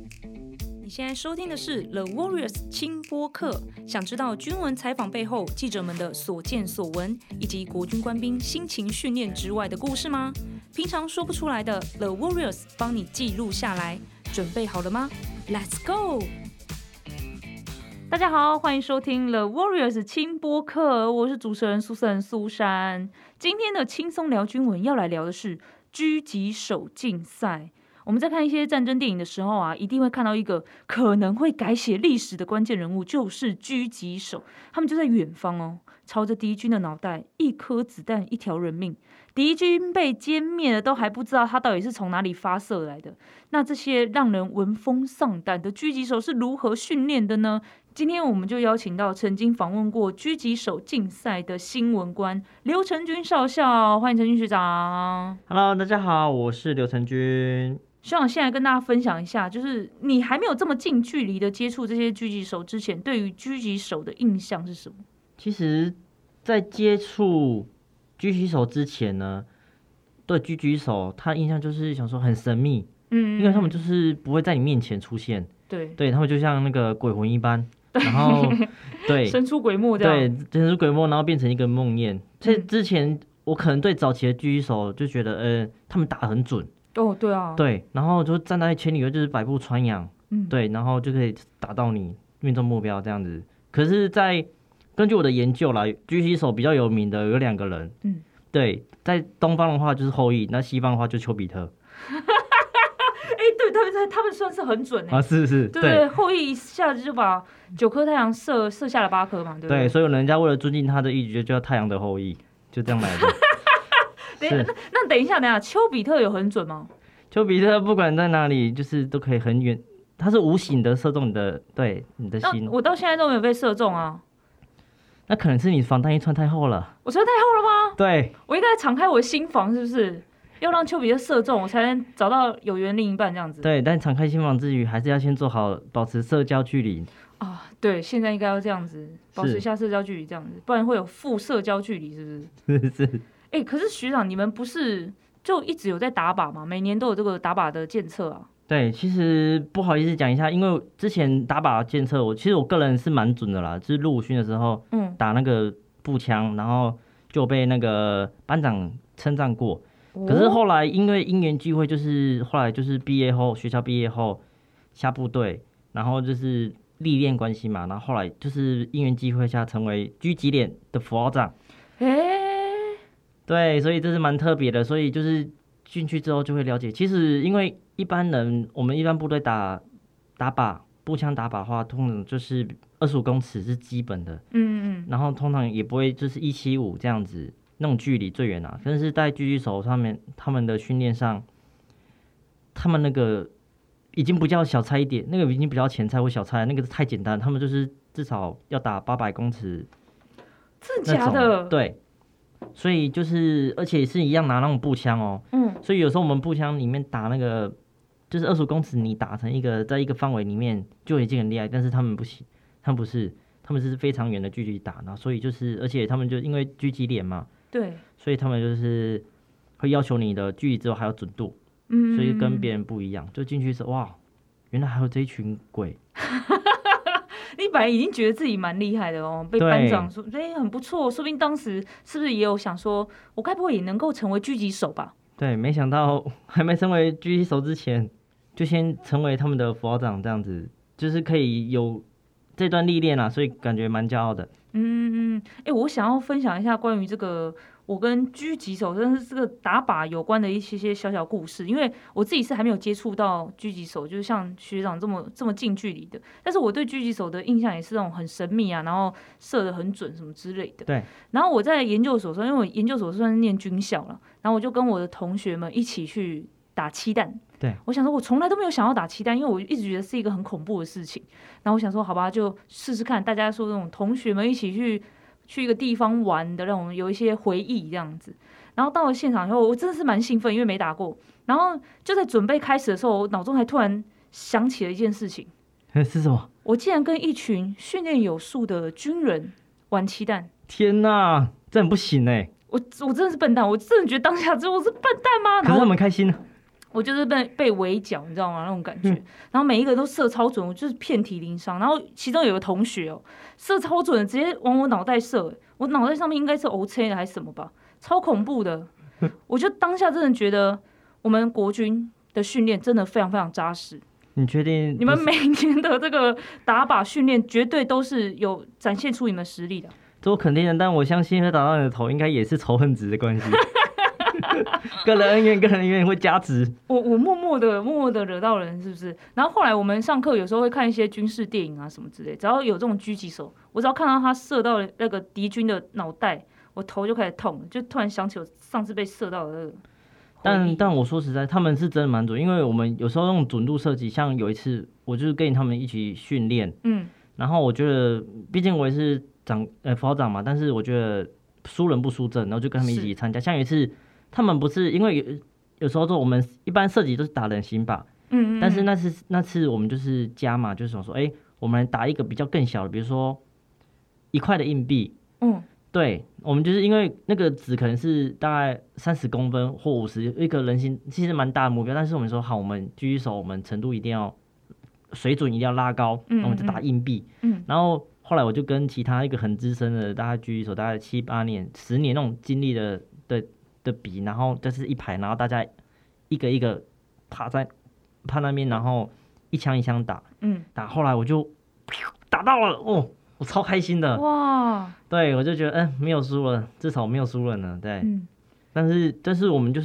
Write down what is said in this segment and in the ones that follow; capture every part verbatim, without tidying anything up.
你现在收听的是 The Warriors 轻播客，想知道军文采访背后记者们的所见所闻，以及国军官兵辛勤训练之外的故事吗？平常说不出来的 The Warriors 帮你记录下来，准备好了吗？ Let's go！ 大家好，欢迎收听 The Warriors 轻播客，我是主持人苏珊苏珊。今天的轻松聊军文要来聊的是狙击手竞赛。我们在看一些战争电影的时候啊，一定会看到一个可能会改写历史的关键人物，就是狙击手。他们就在远方哦，朝着敌军的脑袋，一颗子弹一条人命，敌军被歼灭了，都还不知道他到底是从哪里发射来的。那这些让人闻风丧胆的狙击手是如何训练的呢？今天我们就邀请到曾经访问过狙击手竞赛的新闻官刘成军少校，欢迎成军学长。 Hello， 大家好，我是刘成军。 学长现在跟大家分享一下，就是你还没有这么近距离的接触这些狙击手之前，对于狙击手的印象是什么？ 其实，在接触狙击手之前呢，对狙击手他的印象就是想说很神秘，嗯，因为他们就是不会在你面前出现，对，对他们就像那个鬼魂一般，然后对神出鬼没这样， 对，神出鬼没，然后变成一个梦魇。在之前，我可能对早期的狙击手就觉得，呃，他们打得很准。 哦，对啊， 对，然后就站在千里外，就是百步穿杨，嗯，对，然后就可以打到你命中目标这样子。可是，在根据我的研究啦，狙击手比较有名的有两个人，嗯，对，在东方的话就是后羿，那西方的话就丘比特。 哎、欸，对，他们他们算是很准哎、 欸，啊，是是， 对对，后羿一下子就把九颗太阳射射下了八颗嘛，对不对？ 对，所以人家为了尊敬他的意志，就叫太阳的后羿，就这样来的。 那, 那等一下，等一下，丘比特有很准吗？ 丘比特不管在哪里，就是都可以很远，他是无形的射中你的，对你的心。 我到现在都没有被射中啊。 那可能是你防弹衣穿太厚了。 我穿太厚了吗？ 对， 我应该敞开我的心房，是不是？要让丘比特射中，我才能找到有缘另一半这样子。 对，但敞开心房之余，还是要先做好保持社交距离。 啊，对，现在应该要这样子，保持一下社交距离，这样子，不然会有负社交距离，是不是？ 是是。 哎、欸，可是学长，你们不是就一直有在打靶吗？每年都有这个打靶的检测啊。 对，其实不好意思讲一下，因为之前打靶检测，我其实我个人是蛮准的啦，就是入伍训的时候，嗯，打那个步枪，然后就被那个班长称赞过。哦、可是后来因为因缘际会，就是后来就是毕业后，学校毕业后下部队，然后就是历练关系嘛，然后后来就是因缘际会下成为狙击连的副校长。哎、欸。对，所以这是蛮特别的，所以就是进去之后就会了解，其实因为一般人，我们一般部队打打靶步枪打靶的话，通常就是二十五公尺是基本的，嗯嗯，然后通常也不会就是一七五这样子那种距离最远啊，但是在狙击手上面他们的训练上，他们那个已经不叫小菜一碟，那个已经不叫前菜或小菜，那个太简单，他们就是至少要打八百公尺， 真的假的？ 对。所以就是，而且是一样拿那种步枪哦，嗯，所以有时候我们步枪里面打那个，就是二十五公尺，你打成一个，在一个范围里面就已经很厉害，但是他们不行，他们不是，他们是非常远的距离打，然后所以就是，而且他们就因为狙击连嘛， 对， 所以他们就是会要求你的距离之后还有准度，嗯，所以跟别人不一样，就进去说哇，原来还有这一群鬼。 你本来已经觉得自己蛮厉害的哦，被班长说哎、欸、很不错，说不定当时是不是也有想说，我该不会也能够成为狙击手吧？ 对，没想到还没成为狙击手之前，就先成为他们的副校长，这样子就是可以有这段历练啊，所以感觉蛮骄傲的。 嗯嗯，哎、欸，我想要分享一下关于这个我跟狙击手，真的是这个打靶有关的一些些小小故事。因为我自己是还没有接触到狙击手，就是像学长这么这么近距离的。但是我对狙击手的印象也是那种很神秘啊，然后射得很准什么之类的。 对。 然后我在研究所说，因为我研究所算是念军校了，然后我就跟我的同学们一起去打漆弹。 对， 我想说，我从来都没有想要打漆弹，因为我一直觉得是一个很恐怖的事情。然后我想说，好吧，就试试看。大家说那种同学们一起去去一个地方玩的那种，有一些回忆这样子。然后到了现场以后，我真的是蛮兴奋，因为没打过。然后就在准备开始的时候，我脑中还突然想起了一件事情。 是什么？ 我竟然跟一群训练有素的军人玩漆弹。 天哪，这很不行哎！ 我我真的是笨蛋，我真的觉得当下之后我是笨蛋吗？ 可是他们开心呢。 我就是被被围剿，你知道吗？那种感觉。嗯、然后每一个都射超准，我就是遍体鳞伤。然后其中有个同学哦、喔，射超准，直接往我脑袋射、欸，我脑袋上面应该是 O C 的还是什么吧，超恐怖的。我就当下真的觉得我们国军的训练真的非常非常扎实。 你确定？ 你们每年的这个打靶训练绝对都是有展现出你们实力的。 这我肯定的，但我相信会打到你的头，应该也是仇恨值的关系。个人恩怨，个人恩怨会加值。 我我默默的默默的惹到人，是不是？然后后来我们上课有时候会看一些军事电影啊什么之类，只要有这种狙击手，我只要看到他射到那个敌军的脑袋，我头就开始痛，就突然想起我上次被射到的那个。 但但我说实在，他们是真的蛮准，因为我们有时候那种准度射击，像有一次我就是跟他们一起训练，嗯，然后我觉得，毕竟我也是长呃副长嘛，但是我觉得输人不输阵，然后就跟他们一起参加。像有一次，他们不是因为有有时候说我们一般射击都是打人形靶，嗯, 嗯, 嗯，但是那次那次我们就是加嘛，就是说，哎、欸，我们打一个比较更小的，比如说一块的硬币，嗯。对，我们就是因为那个纸可能是大概三十公分或五十，一个人形其实蛮大的目标，但是我们说好，我们狙击手我们程度一定要水准一定要拉高，嗯嗯，我们就打硬币。嗯，然后后来我就跟其他一个很资深的大概狙击手，大概七八年、十年那种经历的的的比，然后就是一排，然后大家一个一个趴在趴那边，然后一枪一枪打，嗯，打后来我就打到了哦。我超开心的哇！对，我就觉得，嗯、欸，没有输了，至少没有输了呢。对，嗯、但是但是我们就是，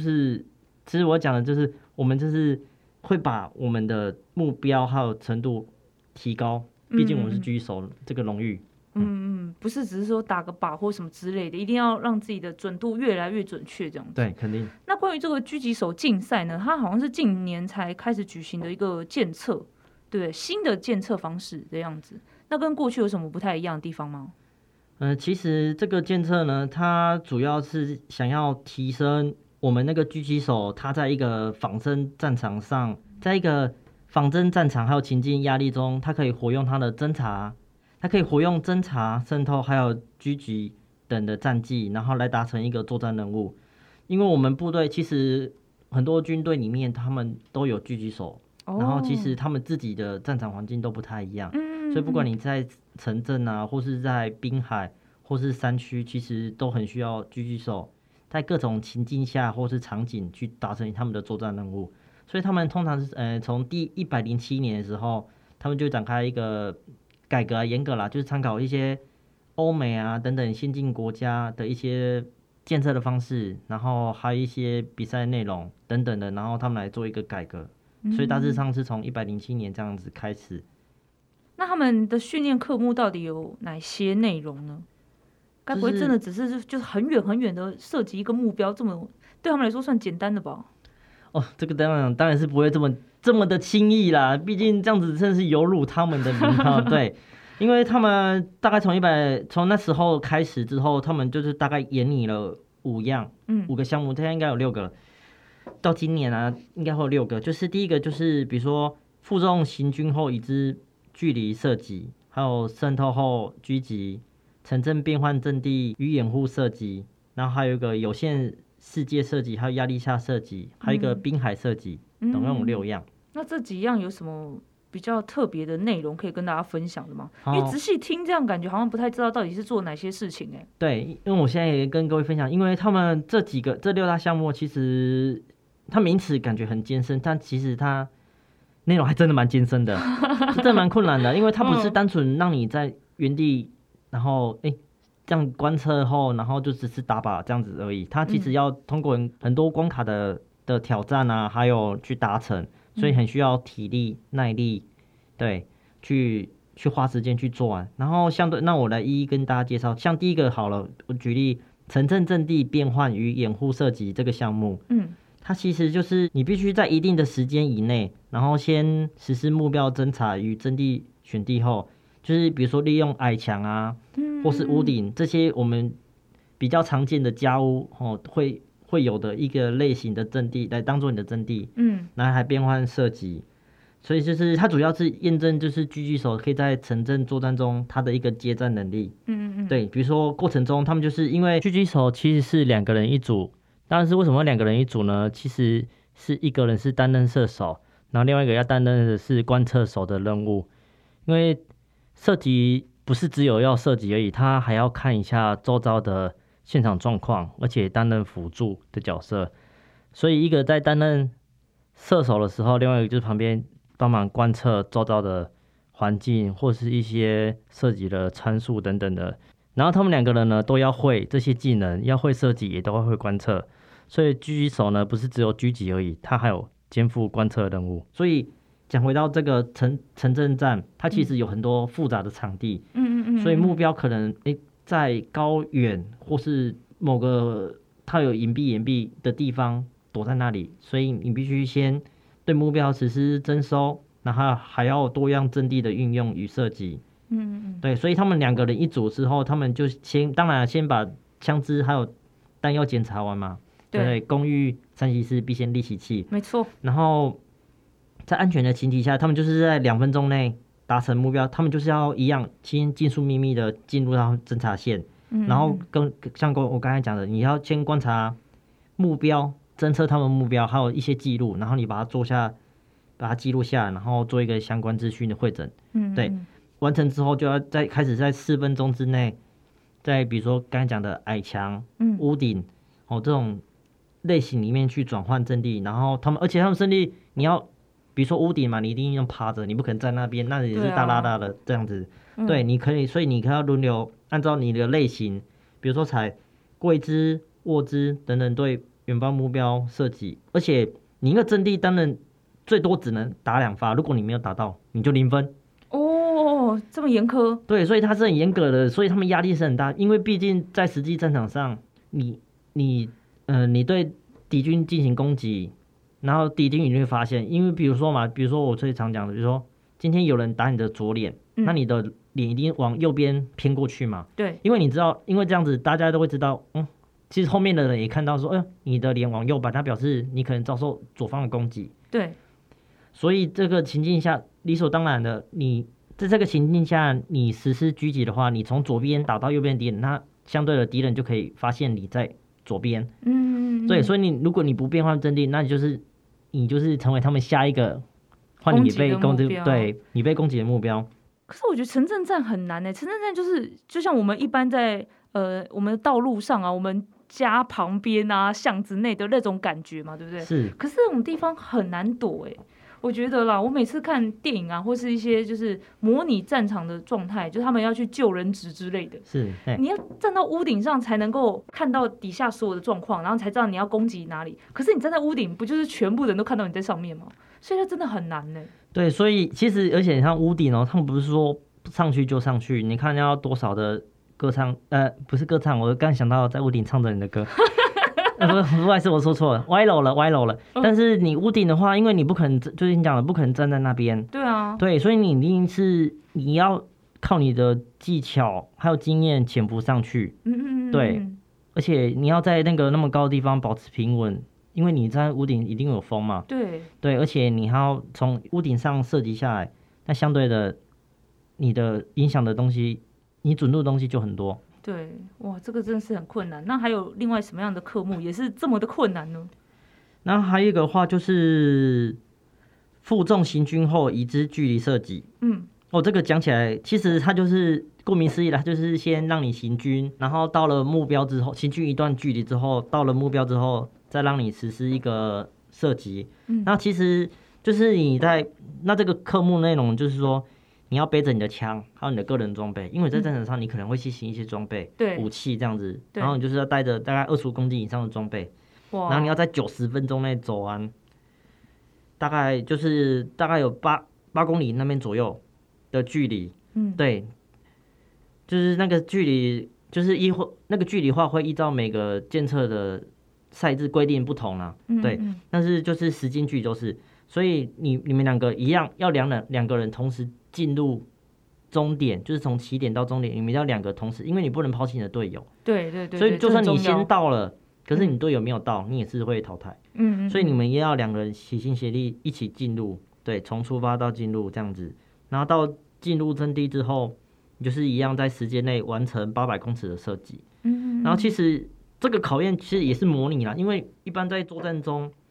其实我讲的就是，我们就是会把我们的目标还有程度提高，毕竟我们是狙击手、嗯、这个荣誉。 嗯嗯，不是只是说打个靶或什么之类的，一定要让自己的准度越来越准确，这样子。 对，肯定。 那关于这个狙击手竞赛呢，它好像是近年才开始举行的一个检测，对，新的检测方式的样子。那跟过去有什么不太一样的地方吗？ 呃，其实这个检测呢，它主要是想要提升我们那个狙击手，他在一个仿真战场上，在一个仿真战场还有情境压力中，他可以活用他的侦查，他可以活用侦查、渗透还有狙击等的战技，然后来达成一个作战任务。因为我们部队其实很多军队里面，他们都有狙击手，然后其实他们自己的战场环境都不太一样。所以不管你在城镇啊，或是在滨海，或是山区，其实都很需要狙击手在各种情境下或是场景去达成他们的作战任务。所以他们通常是呃从第一百零七年的时候，他们就展开一个改革啊，严格啦，就是参考一些欧美啊等等先进国家的一些建设的方式，然后还有一些比赛内容等等的，然后他们来做一个改革。所以大致上是从一百零七年这样子开始。 那他们的训练科目到底有哪些内容呢？该不会真的只是就是很远很远的射击一个目标，这么对他们来说算简单的吧？ 哦，这个当然当然是不会这么这么的轻易啦，毕竟这样子真的是有辱他们的名号。对，因为他们大概从一百从那时候开始之后，他们就是大概研拟了五样，嗯，五个项目，现在应该有六个了。到今年啊，应该会有六个。就是第一个就是比如说负重行军后已知距离射击，还有渗透后狙击，城镇变换阵地与掩护射击，然后还有一个有限世界射击，还有压力下射击，还有一个滨海射击，嗯、总共有六样。 那这几样有什么比较特别的内容可以跟大家分享的吗？因为仔细听这样感觉好像不太知道到底是做哪些事情哎、欸。 对，因为我现在也跟各位分享，因为他们这几个这六大项目其实它名词感觉很艰深，但其实它内容还真的蛮艰深的，是真的蛮困难的，因为它不是单纯让你在原地，然后哎、欸、这样观测后，然后就只是打靶这样子而已，它其实要通过很多关卡的的挑战啊，还有去达成，所以很需要体力、耐力，对，去去花时间去做完。然后相对，那我来一一跟大家介绍，像第一个好了，我举例城镇阵地变换与掩护射击这个项目，嗯。它其实就是你必须在一定的时间以内，然后先实施目标侦查与阵地选地后，就是比如说利用矮墙啊，或是屋顶这些我们比较常见的家屋哦，会会有的一个类型的阵地来当做你的阵地，嗯，然后还变换射击，所以就是它主要是验证就是狙击手可以在城镇作战中他的一个接战能力，嗯嗯嗯，对，比如说过程中他们就是因为狙击手其实是两个人一组。当然是为什么两个人一组呢？其实是一个人是担任射手，然后另外一个要担任的是观测手的任务。因为射击不是只有要射击而已，他还要看一下周遭的现场状况，而且担任辅助的角色。所以一个在担任射手的时候，另外一个就是旁边帮忙观测周遭的环境或是一些射击的参数等等的。然后他们两个人呢都要会这些技能，要会射击，也都要会观测。所以狙击手呢不是只有狙击而已，他还有肩负观测任务。所以讲回到这个城城镇战，它其实有很多复杂的场地，嗯嗯嗯，所以目标可能诶在高远或是某个它有隐蔽掩蔽的地方躲在那里，所以你必须先对目标实施征收，然后还要多样阵地的运用与射击。嗯嗯，对，所以他们两个人一组之后，他们就先当然先把枪支还有弹药检查完嘛，对不对？工欲善其事，必先利其器， 没错。 然后在安全的前提下，他们就是在两分钟内达成目标，他们就是要一样先尽速秘密的进入到侦查线，嗯嗯，然后跟像我刚才讲的，你要先观察目标，侦测他们目标，还有一些记录，然后你把它做下，把它记录下来，然后做一个相关资讯的汇整，嗯嗯，对。完成之后就要再开始在四分钟之内，在比如说刚才讲的矮墙、屋顶、哦这种类型里面去转换阵地，然后他们而且他们阵地你要比如说屋顶嘛，你一定要趴着，你不可能在那边，那也是大拉大的这样子。对，啊对，你可以，所以你可以要轮流按照你的类型，比如说采跪姿、卧姿等等对远方目标射击，而且你一个阵地当然最多只能打两发，如果你没有打到，你就零分。 哦，这么严苛？ 对，所以它是很严格的，所以他们压力是很大，因为毕竟在实际战场上，你你呃你对敌军进行攻击，然后敌军一定会发现，因为比如说嘛，比如说我最常讲的，比如说今天有人打你的左脸，嗯、那你的脸一定往右边偏过去嘛。 对， 因为你知道，因为这样子大家都会知道，嗯，其实后面的人也看到说，哎、呃，你的脸往右摆，它表示你可能遭受左方的攻击。 对， 所以这个情境下，理所当然的，你在这个情境下，你实施狙击的话，你从左边打到右边敌人，那相对的敌人就可以发现你在左边。嗯，对，所以你如果你不变换阵地，那你就是你就是成为他们下一个换你被攻击，对你被攻击的目标。 可是我觉得城镇战很难诶、欸，城镇战就是就像我们一般在呃我们的道路上啊，我们家旁边啊巷子内的那种感觉嘛，对不对？ 是。 可是这种地方很难躲诶、欸。我觉得啦，我每次看电影啊，或是一些就是模拟战场的状态，就他们要去救人质之类的， 是你要站到屋顶上才能够看到底下所有的状况，然后才知道你要攻击哪里。可是你站在屋顶，不就是全部人都看到你在上面吗？所以它真的很难呢、欸。 对，所以其实而且你看屋顶哦，他们不是说上去就上去，你看要多少的歌唱，呃，不是歌唱，我刚想到在屋顶唱着你的歌。不不好意思，我说错了，歪楼了，歪楼了。嗯、但是你屋顶的话，因为你不可能，就是你讲的，不可能站在那边。 对啊。 对，所以你一定是你要靠你的技巧还有经验潜伏上去。嗯嗯嗯。对，而且你要在那个那么高的地方保持平稳，因为你在屋顶一定有风嘛。 对。 对，而且你还要从屋顶上射击下来，那相对的，你的影响的东西，你准度的东西就很多。 对，哇，这个真的是很困难。那还有另外什么样的科目也是这么的困难呢？ 那还有一个话就是负重行军后已知距离射击。嗯，哦，这个讲起来，其实它就是顾名思义啦，就是先让你行军，然后到了目标之后，行军一段距离之后，到了目标之后，再让你实施一个射击。嗯，那其实就是你在那这个科目内容就是说。你要背着你的枪，还有你的个人装备，因为在战场上你可能会牺牲一些装备、嗯、武器这样子，然后你就是要带着大概二十五公斤以上的装备，然后你要在九十分钟内走完，大概就是大概有八八公里那边左右的距离，嗯，对，就是那个距离，就是依那个距离话会依照每个监测的赛制规定不同啦、啊嗯，对，但是就是时间距离都是，所以你你们两个一样，要两人两个人同时。进入终点，就是从起点到终点，你们要两个同时，因为你不能抛弃你的队友。 对对 对, 对。 所以就算你先到了，可是你队友没有到，嗯、你也是会淘汰。嗯, 嗯。所以你们也要两个人齐心协力一起进入，对，从出发到进入这样子，然后到进入阵地之后，你就是一样在时间内完成八百公尺的射击。嗯, 嗯, 嗯。然后其实这个考验其实也是模拟啦，因为一般在作战中。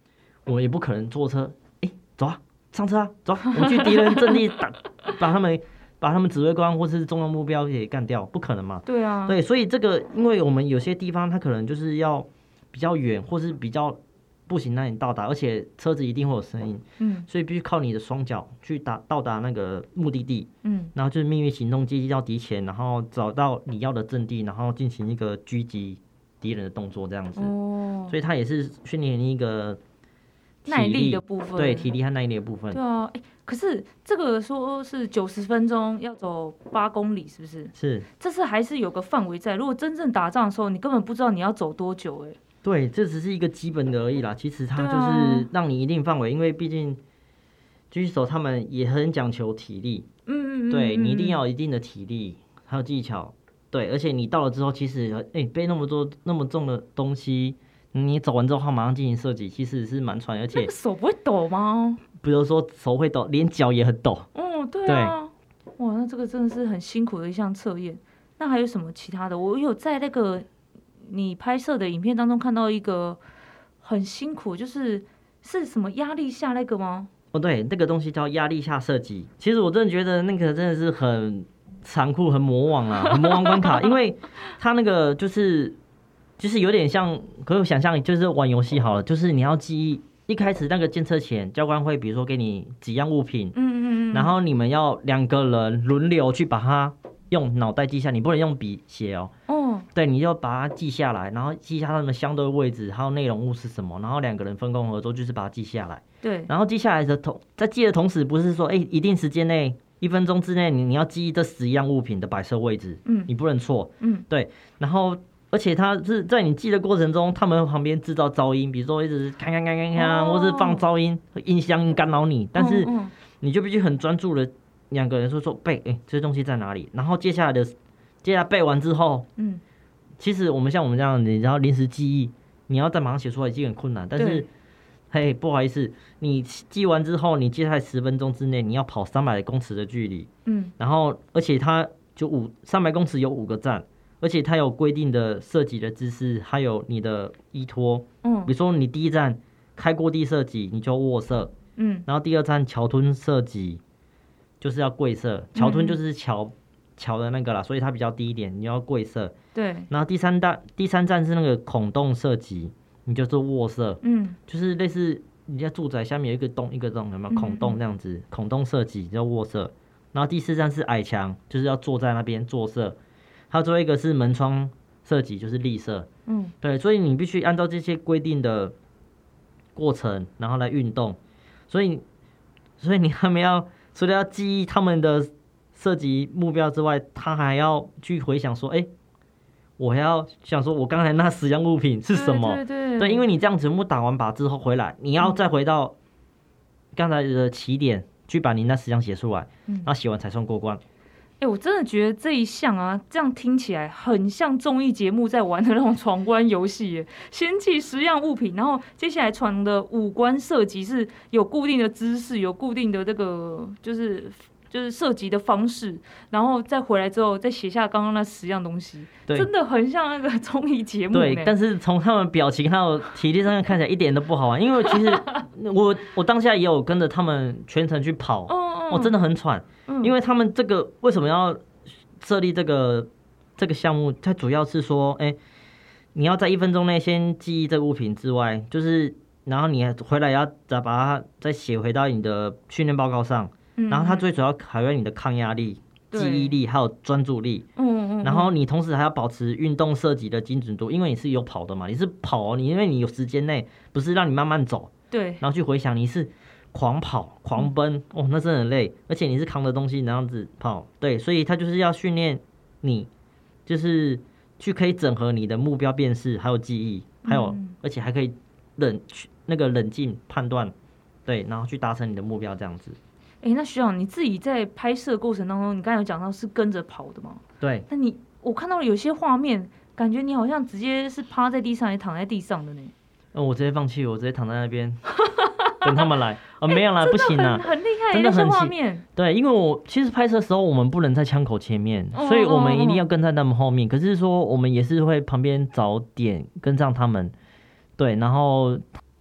我们也不可能坐车，哎、欸，走啊，上车啊，走啊，我们去敌人阵地打，把他们把他们指挥官或是重要目标给干掉，不可能嘛？ 对啊， 对，所以这个，因为我们有些地方它可能就是要比较远，或是比较步行让你到达，而且车子一定会有声音，嗯，所以必须靠你的双脚去达到达那个目的地，嗯，然后就是秘密行动，接近到敌前，然后找到你要的阵地，然后进行一个狙击敌人的动作，这样子。哦，所以它也是训练一个耐力的部分， 对，体力和耐力的部分。 对啊，欸，可是这个说是九十分钟要走八公里，是不是？ 是， 这是还是有个范围在。如果真正打仗的时候，你根本不知道你要走多久，哎。 对，这只是一个基本的而已啦。其实它就是让你一定范围，啊，因为毕竟狙击手他们也很讲求体力。嗯嗯嗯。对，你一定要有一定的体力，还有技巧。对，而且你到了之后，其实哎，欸，背那么多那么重的东西。你走完之后，马上进行射击，其实是蛮喘，而且那个手不会抖吗？ 比如说手会抖，连脚也很抖。 哦，对啊，对，哇，那这个真的是很辛苦的一项测验。那还有什么其他的？我有在那个你拍摄的影片当中看到一个很辛苦，就是是什么压力下那个吗？ 哦，对，那个东西叫压力下射击。其实我真的觉得那个真的是很残酷、很魔王啊，很魔王关卡，因为它那个就是。就是有点像，可以想象，就是玩游戏好了，就是你要记忆，一开始那个监测前，教官会比如说给你几样物品，嗯嗯嗯，然后你们要两个人轮流去把它用脑袋记下，你不能用笔写哦，哦，对，你就把它记下来，然后记下它们相对位置，还有内容物是什么，然后两个人分工合作，就是把它记下来，对，然后记下来的同，在记的同时，不是说，哎，一定时间内。一分钟之内你，你要记忆这十样物品的摆设位置，嗯，你不能错，嗯，对，然后。而且它是在你记的过程中，他们旁边制造噪音，比如说一直看看看看看，或是放噪音、音箱干扰你，但是你就必须很专注的两个人说说背，哎、欸，这些东西在哪里？然后接下来的，接下来背完之后，嗯，其实我们像我们这样，你然后临时记忆，你要再马上写出来已经很困难，但是，嘿，不好意思，你记完之后，你接下来十分钟之内你要跑三百公尺的距离，嗯，然后而且它就五三百公尺有五个站。而且它有规定的射击的姿势，还有你的依托。嗯，比如说你第一站开过地射击，你就卧射。嗯，然后第二站桥吞射击，就是要跪射。桥吞就是桥桥的那个啦，所以它比较低一点，你要跪射。对。然后第三站第三站是那个孔洞射击，你就是卧射。嗯，就是类似你在住宅下面有一个洞一个洞，有没有孔洞那样子？孔洞射击叫卧射。然后第四站是矮墙，就是要坐在那边坐射。还有最后一个是门窗射击，就是立射。嗯，对，所以你必须按照这些规定的过程，然后来运动。所以，所以你他们要除了要记忆他们的射击目标之外，他还要去回想说，哎、欸，我还要想说，我刚才那十样物品是什么？对对对。对，因为你这样全部打完靶之后回来，你要再回到刚才的起点，去把你那十样写出来，然后写完才算过关。 哎、欸，我真的觉得这一项啊，这样听起来很像综艺节目在玩的那种闯关游戏耶。先记十样物品，然后接下来闯的五关射击是有固定的姿势，有固定的这个就是就是射击的方式，然后再回来之后再写下刚刚那十样东西，真的很像那个综艺节目。 对，但是从他们表情还有体力上看起来一点都不好玩，因为其实我我当下也有跟着他们全程去跑，哦，我真的很喘。因为他们这个为什么要设立这个这个项目？它主要是说，哎、欸，你要在一分钟内先记忆这个物品之外，就是然后你回来要再把它再写回到你的训练报告上。嗯、然后它最主要考验你的抗压力、记忆力还有专注力。嗯嗯。然后你同时还要保持运动射击的精准度，因为你是有跑的嘛，你是跑，你因为你有时间内不是让你慢慢走。对。然后去回想你是。狂跑、狂奔，哦，那真的很累，而且你是扛着东西那样子跑，对，所以他就是要训练你，就是去可以整合你的目标辨识，还有记忆，还有，嗯、而且还可以冷那个冷静判断，对，然后去达成你的目标这样子。 哎、欸，那学长你自己在拍摄过程当中，你刚才有讲到是跟着跑的吗？对。那你我看到有些画面，感觉你好像直接是趴在地上，也躺在地上的呢。 嗯，我直接放弃，我直接躺在那边。等他们来哦，没有啦，不行啦， 很厉害，真的很画面。 对，因为我其实拍摄的时候，我们不能在枪口前面，哦、所以我们一定要跟在他们后面。哦、可是说，我们也是会旁边找点跟上他们，对，然后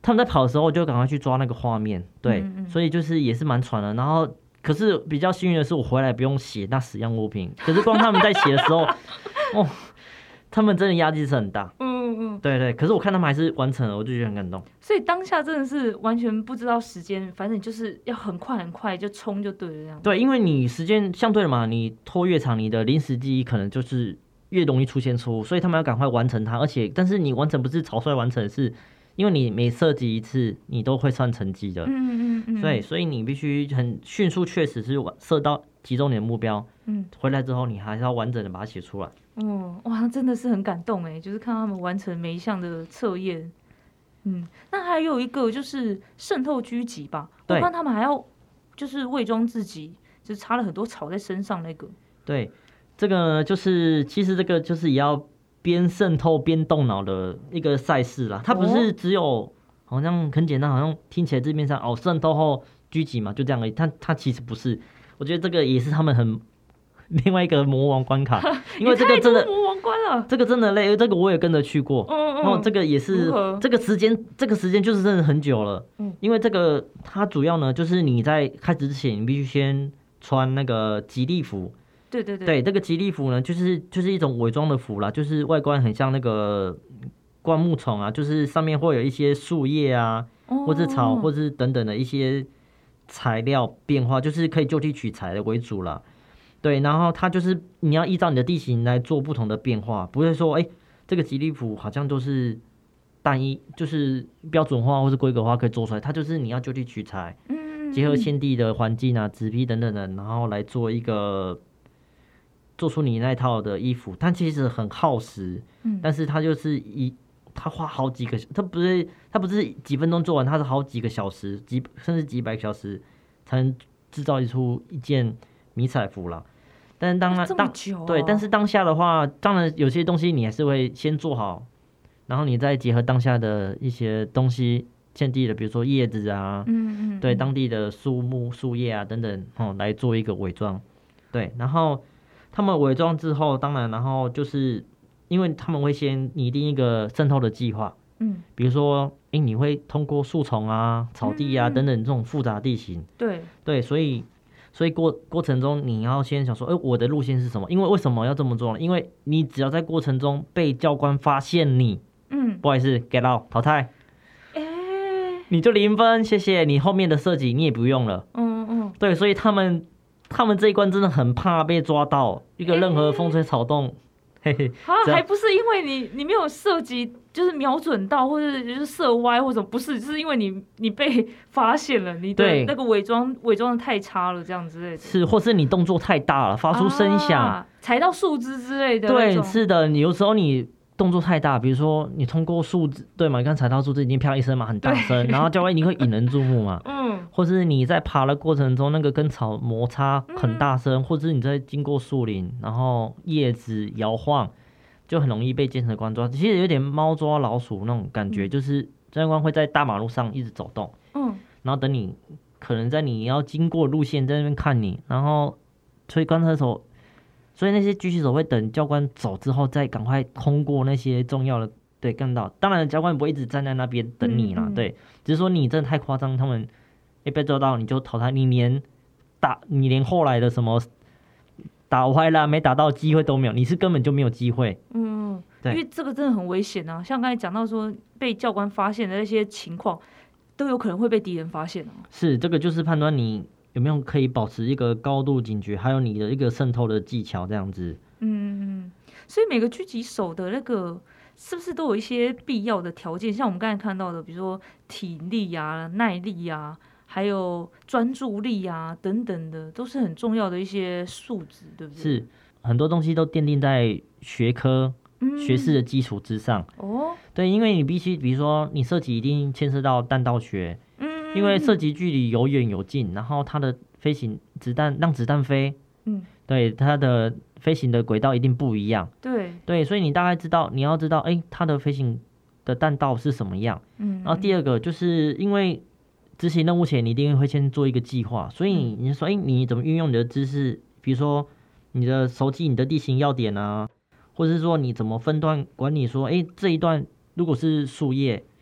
他们在跑的时候，我就赶快去抓那个画面，对，嗯嗯所以就是也是蛮喘的。然后，可是比较幸运的是，我回来不用写那十样物品。可是光他们在写的时候，哦，他们真的压力是很大。嗯嗯，对对。可是我看他们还是完成了，我就觉得很感动。 所以当下真的是完全不知道时间，反正就是要很快很快就冲就对了这样。 对，因为你时间相对的嘛，你拖越长，你的临时记忆可能就是越容易出现错误，所以他们要赶快完成它。而且，但是你完成不是草率完成，是因为你每设计一次，你都会算成绩的。嗯嗯嗯。对，所以你必须很迅速，确实是设到击中你的目标。嗯。回来之后，你还是要完整的把它写出来。 哦，哇，真的是很感动哎，就是看他们完成每一项的测验。嗯，那还有一个就是渗透狙击吧，我看他们还要就是伪装自己，就是插了很多草在身上那个。 对，这个就是其实这个就是也要边渗透边动脑的一个赛事啦。它不是只有、哦、好像很简单，好像听起来字面上哦渗透后狙击嘛，就这样而已。它它其实不是，我觉得这个也是他们很。另外一个魔王关卡，因为这个真的魔王关了， 这个真的累，这个我也跟着去过，嗯嗯然后这个也是这个时间，这个时间就是真的很久了，嗯，因为这个它主要呢就是你在开始之前，你必须先穿那个吉利服， 对对对， 对，这个吉利服呢就是就是一种伪装的服啦，就是外观很像那个灌木丛啊，就是上面会有一些树叶啊，哦、或是草，或是等等的一些材料变化，就是可以就地取材的为主啦。对，然后它就是你要依照你的地形来做不同的变化，不会说哎、欸，这个吉利服好像都是单一，就是标准化或是规格化可以做出来，它就是你要就地取材，嗯，结合现地的环境啊、纸皮等等的，然后来做一个做出你那套的衣服。它其实很耗时，嗯，但是它就是一它花好几个，它不是它不是几分钟做完，它是好几个小时，几甚至几百个小时才能制造出一件迷彩服啦。但是当然、 哦当对，但是当下的话，当然有些东西你还是会先做好，然后你再结合当下的一些东西，现地的，比如说叶子啊，嗯嗯，对，当地的树木、树叶啊等等，哦，来做一个伪装。对，然后他们伪装之后，当然，然后就是因为他们会先拟定一个渗透的计划，嗯，比如说，哎，你会通过树丛啊、草地啊、嗯、等等这种复杂地形， 对对，所以。所以过过程中，你要先想说，哎、欸，我的路线是什么？因为为什么要这么做呢？因为你只要在过程中被教官发现你，嗯，不好意思 ，get out 淘汰，哎、欸，你就零分，谢谢。你后面的设计你也不用了，嗯嗯，对，所以他们他们这一关真的很怕被抓到，一个任何风吹草动。嘿嘿， 啊，还不是因为你你没有射击，就是瞄准到，或者就是射歪或者不是，就是因为你你被发现了，你的那个伪装伪装的太差了，这样之类的。 是，或是你动作太大了，发出声响， 啊、踩到树枝之类的。 对，是的，你有时候你动作太大，比如说你通过树枝，对嘛？你刚踩到树枝已经啪一声嘛，很大声，然后教官一定会引人注目嘛。嗯。或是你在爬的过程中，那个跟草摩擦很大声，嗯、或者你在经过树林，然后叶子摇晃，就很容易被监察官抓。其实有点猫抓老鼠那种感觉，嗯、就是监察官会在大马路上一直走动，嗯，然后等你可能在你要经过路线在那边看你，然后所以观察手，所以那些狙击手会等教官走之后再赶快通过那些重要的，对，干到。当然教官不会一直站在那边等你啦，嗯嗯对，只是说你真的太夸张，他们。被抓到你就淘汰，你连打你连后来的什么打歪啦没打到机会都没有，你是根本就没有机会。嗯， 对，因为这个真的很危险啊！像刚才讲到说被教官发现的那些情况，都有可能会被敌人发现哦。 是，这个就是判断你有没有可以保持一个高度警觉，还有你的一个渗透的技巧这样子。 嗯，所以每个狙击手的那个是不是都有一些必要的条件？像我们刚才看到的，比如说体力啊、耐力啊。还有专注力啊等等的，都是很重要的一些素质，对不对？ 是，很多东西都奠定在学科、嗯、学士的基础之上。哦，对，因为你必须，比如说你射击一定牵涉到弹道学，嗯，因为射击距离有远有近，然后它的飞行子弹让子弹飞，嗯，对，它的飞行的轨道一定不一样。 对， 对，所以你大概知道，你要知道，哎，它的飞行的弹道是什么样。嗯，然后第二个就是因为。执行任务前，你一定会先做一个计划，所以你说，哎、欸，你怎么运用你的知识？比如说，你的熟悉你的地形要点啊，或者是说你怎么分段管理？说，哎、欸，这一段如果是树叶，嗯，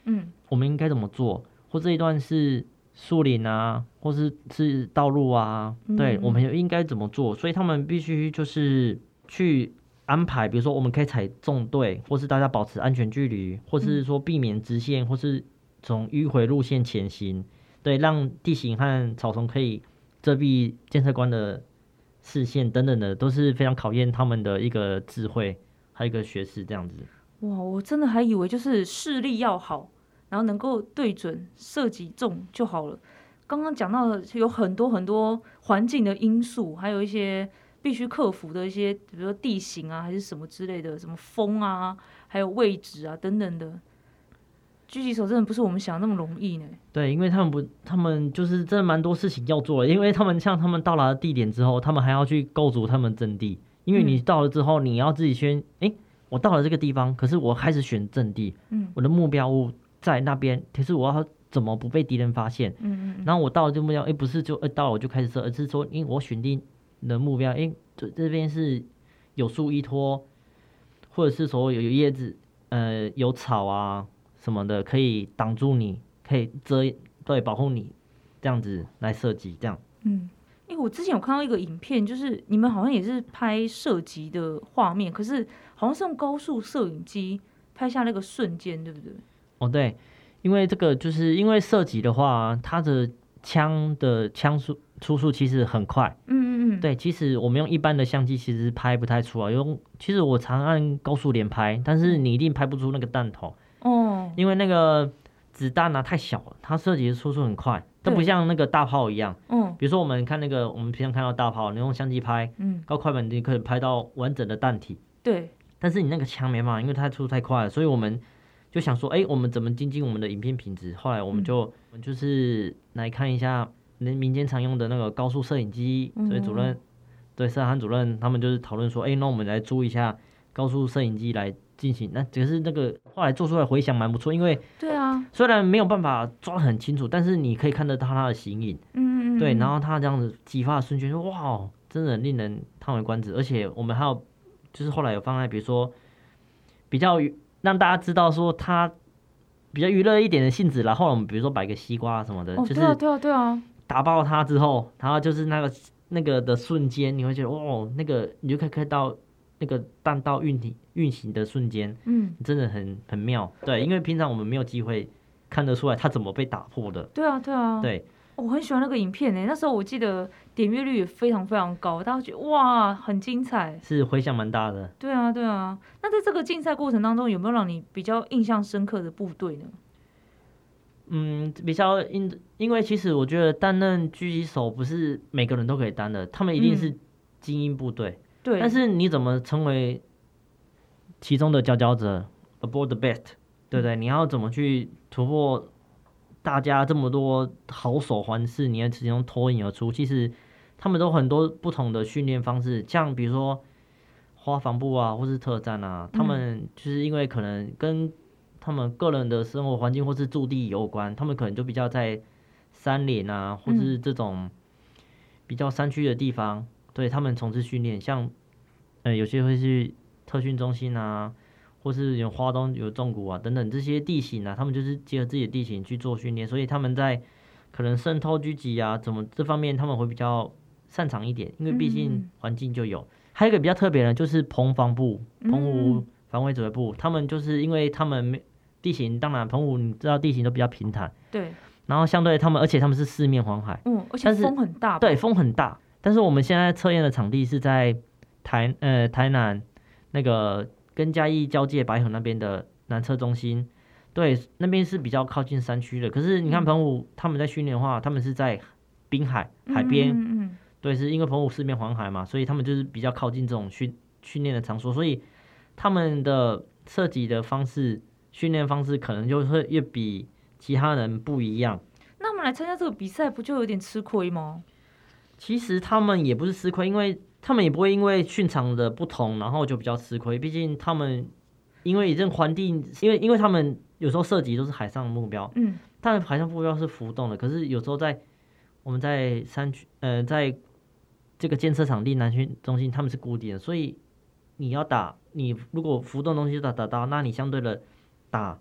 我们应该怎么做，或这一段是树林啊，或是是道路啊，嗯、对，我们应该怎么做？所以他们必须就是去安排，比如说我们可以采纵队，或是大家保持安全距离，或是说避免直线，或是从迂回路线前行，对，让地形和草丛可以遮蔽监测官的视线等等的，都是非常考验他们的一个智慧，还有一个学识这样子。 哇，我真的还以为就是视力要好，然后能够对准射击中就好了。刚刚讲到的有很多很多环境的因素，还有一些必须克服的一些，比如说地形啊，还是什么之类的，什么风啊，还有位置啊等等的。狙击手真的不是我们想的那么容易呢。 对，因为他们不，他们就是真的蛮多事情要做的。因为他们像他们到达地点之后，他们还要去构筑他们阵地。因为你到了之后，你要自己先，哎、嗯，我到了这个地方，可是我开始选阵地，嗯，我的目标物在那边，可是我要怎么不被敌人发现？嗯嗯。然后我到了这目标，哎，不是就呃到了我就开始射，而是说，因为我选定的目标，哎，这这边是有树依托，或者是说有有叶子，呃，有草啊什么的，可以挡住你，可以遮对保护你，这样子来射击，这样。 嗯。因为我之前有看到一个影片，就是你们好像也是拍射击的画面，可是好像是用高速摄影机拍下那个瞬间，对不对？ 哦，对，因为这个就是因为射击的话，它的枪的枪速出速其实很快。嗯嗯嗯。对，其实我们用一般的相机其实拍不太出来，用其实我常按高速连拍，但是你一定拍不出那个弹头。哦。因为那个子弹啊太小了，它射击的出速很快。它不像那个大炮一样，嗯，比如说我们看那个，我们平常看到大炮，你用相机拍，嗯，高快门你可以拍到完整的弹体， 对。 但是你那个枪没办法，因为它出太快了，所以我们就想说，哎、欸，我们怎么精进我们的影片品质？后来我们就，嗯、我们就是来看一下民间常用的那个高速摄影机，所以主任，嗯、对，摄涵主任他们就是讨论说，哎、欸，那我们来租一下高速摄影机来进行，那只是那个后来做出来回响蛮不错，因为对啊， 虽然没有办法抓得很清楚，但是你可以看得到它的形影，嗯嗯，对，然后它这样子激发的瞬间，哇，真的令人叹为观止。而且我们还有就是后来有放在比如说比较让大家知道说它比较娱乐一点的性质啦，后来我们比如说摆个西瓜什么的， 哦， 就是对啊对啊对啊， 打爆它之后，然后就是那个那个的瞬间，你会觉得哦，那个你就可以看到。那个弹道运体运行的瞬间，嗯，真的很很妙，对，因为平常我们没有机会看得出来它怎么被打破的。 对啊，对啊， 对， 我很喜欢那个影片诶，那时候我记得点阅率也非常非常高，大家觉得哇很精彩， 是回响蛮大的。 对啊，对啊。那在这个竞赛过程当中，有没有让你比较印象深刻的部队呢？ 嗯，比较因因为其实我觉得担任狙击手不是每个人都可以担的，他们一定是精英部队。嗯对， 但是你怎么成为其中的佼佼者 ，aboard the best， 对不对？你要怎么去突破大家这么多好手环视，你要其中脱颖而出？其实他们都很多不同的训练方式，像比如说花防部啊，或是特战啊，他们就是因为可能跟他们个人的生活环境或是驻地有关，他们可能就比较在山林啊，或是这种比较山区的地方。对他们从事训练，像，呃，有些会去特训中心啊，或是有花东有纵谷啊等等这些地形啊，他们就是结合自己的地形去做训练，所以他们在可能渗透狙击啊，怎么这方面他们会比较擅长一点，因为毕竟环境就有。嗯、还有一个比较特别的，就是澎防部、澎湖防卫指挥部，他们就是因为他们地形，当然澎湖你知道地形都比较平坦， 对， 然后相对他们，而且他们是四面环海， 嗯，而且风很大， 对，风很大。但是我们现在测验的场地是在台呃台南那个跟嘉义交界白河那边的南测中心，对，那边是比较靠近山区的。可是你看澎湖他们在训练的话，他们是在滨海海边，嗯嗯嗯对，是因为澎湖四面环海嘛，所以他们就是比较靠近这种训训练的场所，所以他们的射击的方式、训练方式可能就会越比其他人不一样。 那我们来参加这个比赛，不就有点吃亏吗？ 其实他们也不是吃亏，因为他们也不会因为训场的不同，然后就比较吃亏。毕竟他们因为这环境，因为因为他们有时候射击都是海上的目标，嗯，但海上目标是浮动的。可是有时候在我们在山区，呃，在这个监测场地南训中心，他们是固定的，所以你要打，你如果浮动的东西打打到，那你相对的打，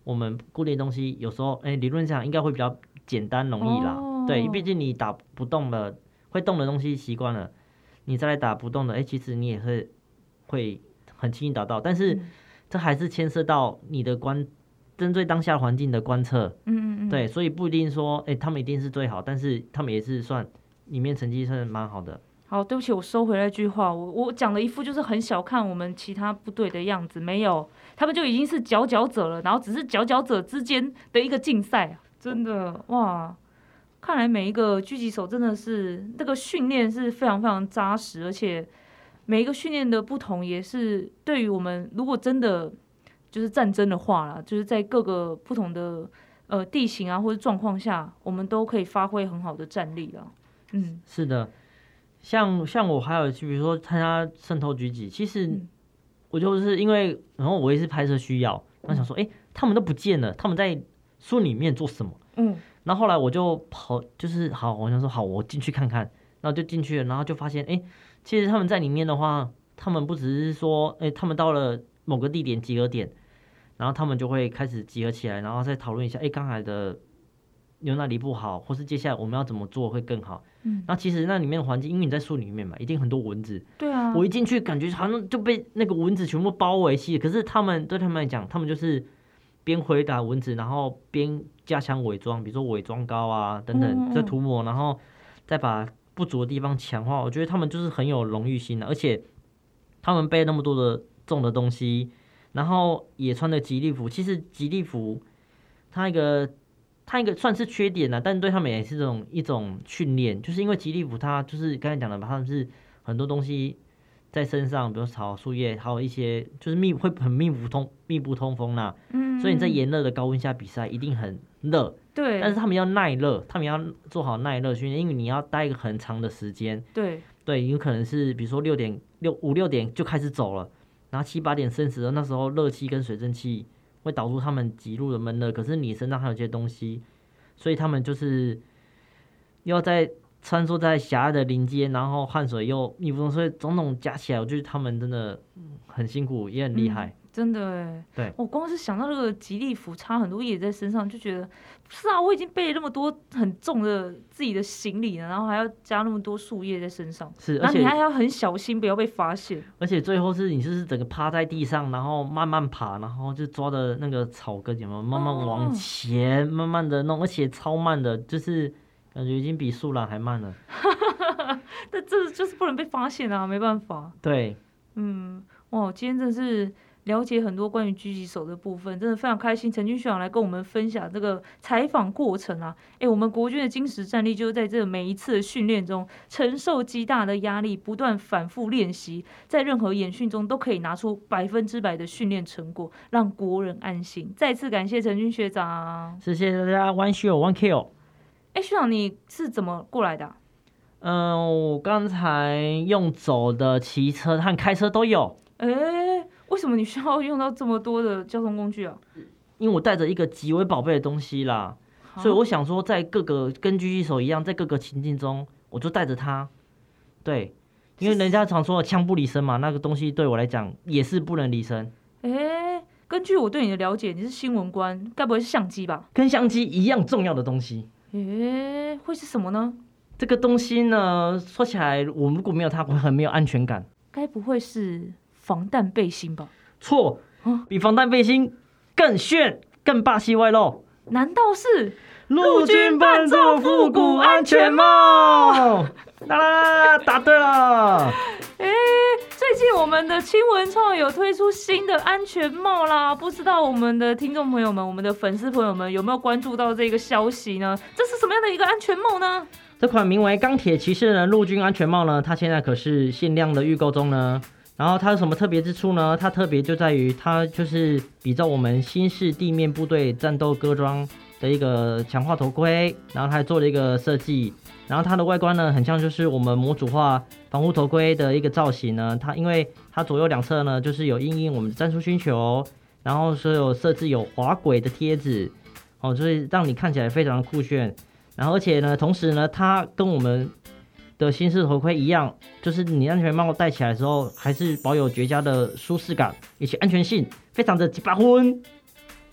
我们固定的东西有时候，哎、欸，理论上应该会比较简单容易啦。哦、对，毕竟你打不动的，会动的东西习惯了，你再来打不动的，哎、欸，其实你也是会很轻易打到。但是这还是牵涉到你的观，针对当下环境的观测。嗯嗯嗯。对，所以不一定说，哎、欸，他们一定是最好，但是他们也是算里面成绩算蛮好的。 好，对不起，我收回那句话。我我讲了一副就是很小看我们其他部队的样子，没有，他们就已经是佼佼者了，然后只是佼佼者之间的一个竞赛，真的哇！看来每一个狙击手真的是这个训练是非常非常扎实，而且每一个训练的不同，也是对于我们如果真的就是战争的话啦，就是在各个不同的呃地形啊或者状况下，我们都可以发挥很好的战力啦。嗯， 是的。像像我还有比如说参加渗透狙击，其实我就是因为，然后我也是拍摄需要，然后想说，哎、欸，他们都不见了，他们在树里面做什么？嗯，然后后来我就跑，就是好，我想说好，我进去看看，然后就进去了，然后就发现，哎、欸，其实他们在里面的话，他们不只是说，哎、欸，他们到了某个地点集合点，然后他们就会开始集合起来，然后再讨论一下，哎、欸，刚才的有哪里不好，或是接下来我们要怎么做会更好。嗯，那其实那里面的环境，因为你在树里面嘛，一定很多蚊子。 对啊， 我一进去感觉好像就被那个蚊子全部包围起。可是他们对他们来讲，他们就是边回答蚊子，然后边加强伪装，比如说伪装膏啊等等，再涂抹，然后再把不足的地方强化。我觉得他们就是很有荣誉心的，而且他们背那么多的重的东西，然后也穿的吉利服。其实吉利服它一个。它一个算是缺点啦，但对他们也是这种一种训练，就是因为吉利服它就是刚才讲的吧，他们是很多东西在身上，比如草树叶，还有一些就是密会很密不通密不通风啦，嗯，所以你在炎热的高温下比赛一定很热， 对， 但是他们要耐热，他们要做好耐热训练，因为你要待一个很长的时间， 对， 对，有可能是比如说六点六五六点就开始走了，然后七八点升时了，那时候热气跟水蒸气会导致他们极度的闷热，可是你身上还有些东西，所以他们就是要在穿梭在狭隘的林间，然后汗水又密不通风，所以种种加起来，我觉得他们真的很辛苦，也很厉害。嗯， 真的哎， 对， 我光是想到那个吉利服插很多叶在身上，就觉得不是啊，我已经背了那么多很重的自己的行李了，然后还要加那么多树叶在身上， 是， 然后你还要很小心不要被发现。 而且最后是你就是整个趴在地上，然后慢慢爬，然后就抓着那个草根有没有慢慢往前，哦、慢慢的弄，而且超慢的，就是感觉已经比树懒还慢了。 但这就是不能被发现啊，没办法。 对， 嗯，哇，今天真的是了解很多关于狙击手的部分，真的非常开心。陈军学长来跟我们分享这个采访过程啊，哎，我们国军的精实战力就是在这每一次的训练中承受极大的压力，不断反复练习，在任何演训中都可以拿出百分之百的训练成果，让国人安心。再次感谢陈军学长， 谢谢大家 ，one show one kill。 哎，学长你是怎么过来的啊？ 嗯、呃，我刚才用走的、骑车和开车都有。 哎，为什么你需要用到这么多的交通工具啊？ 因为我带着一个极为宝贝的东西啦，所以我想说，在各个跟狙击手一样，在各个情境中，我就带着它。对，因为人家常说枪不离身嘛，那个东西对我来讲也是不能离身。 哎，根据我对你的了解，你是新闻官，该不会是相机吧？ 跟相机一样重要的东西。 哎，会是什么呢？ 这个东西呢，说起来，我们如果没有它，会很没有安全感。 该不会是防弹背心吧？ 错，比防弹背心更炫、更霸气外露。 难道是陆军伴奏复古安全帽？啦，答对了。 哎，最近我们的青文创有推出新的安全帽啦，不知道我们的听众朋友们、我们的粉丝朋友们有没有关注到这个消息呢？这是什么样的一个安全帽呢？ 这款名为钢铁骑士的陆军安全帽呢，它现在可是限量的预购中呢。然后它有什么特别之处呢？它特别就在于它就是比照我们新式地面部队战斗歌装的一个强化头盔，然后它还做了一个设计，然后它的外观呢很像就是我们模组化防护头盔的一个造型呢。它因为它左右两侧呢就是有因应我们的战术需求，然后所有设置有滑轨的贴纸，哦，所以让你看起来非常的酷炫。然后而且呢，同时呢，它跟我们的新式头盔一样，就是你安全帽戴起来的时候，还是保有绝佳的舒适感以及安全性，非常的鸡巴昏。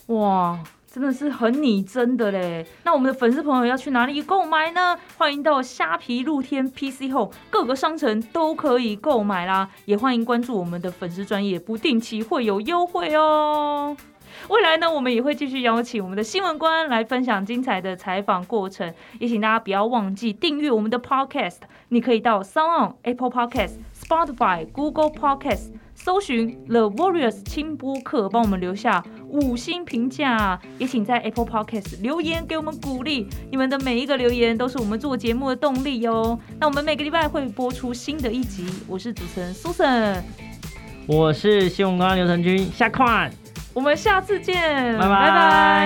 哇，真的是很拟真的嘞！那我们的粉丝朋友要去哪里购买呢？欢迎到虾皮、露天、P C Home 各个商城都可以购买啦，也欢迎关注我们的粉丝专页，不定期会有优惠哦。未来呢，我们也会继续邀请我们的新闻官来分享精彩的采访过程，也请大家不要忘记订阅我们的 Podcast。你可以到 SoundOn、Apple Podcast、Spotify、Google Podcast 搜寻 The Warriors 轻播客，帮我们留下五星评价，也请在 Apple Podcast 留言给我们鼓励。你们的每一个留言都是我们做节目的动力哦。那我们每个礼拜会播出新的一集，我是主持人 Susan， 我是新闻官刘成军，下款。 我们下次见， 拜拜。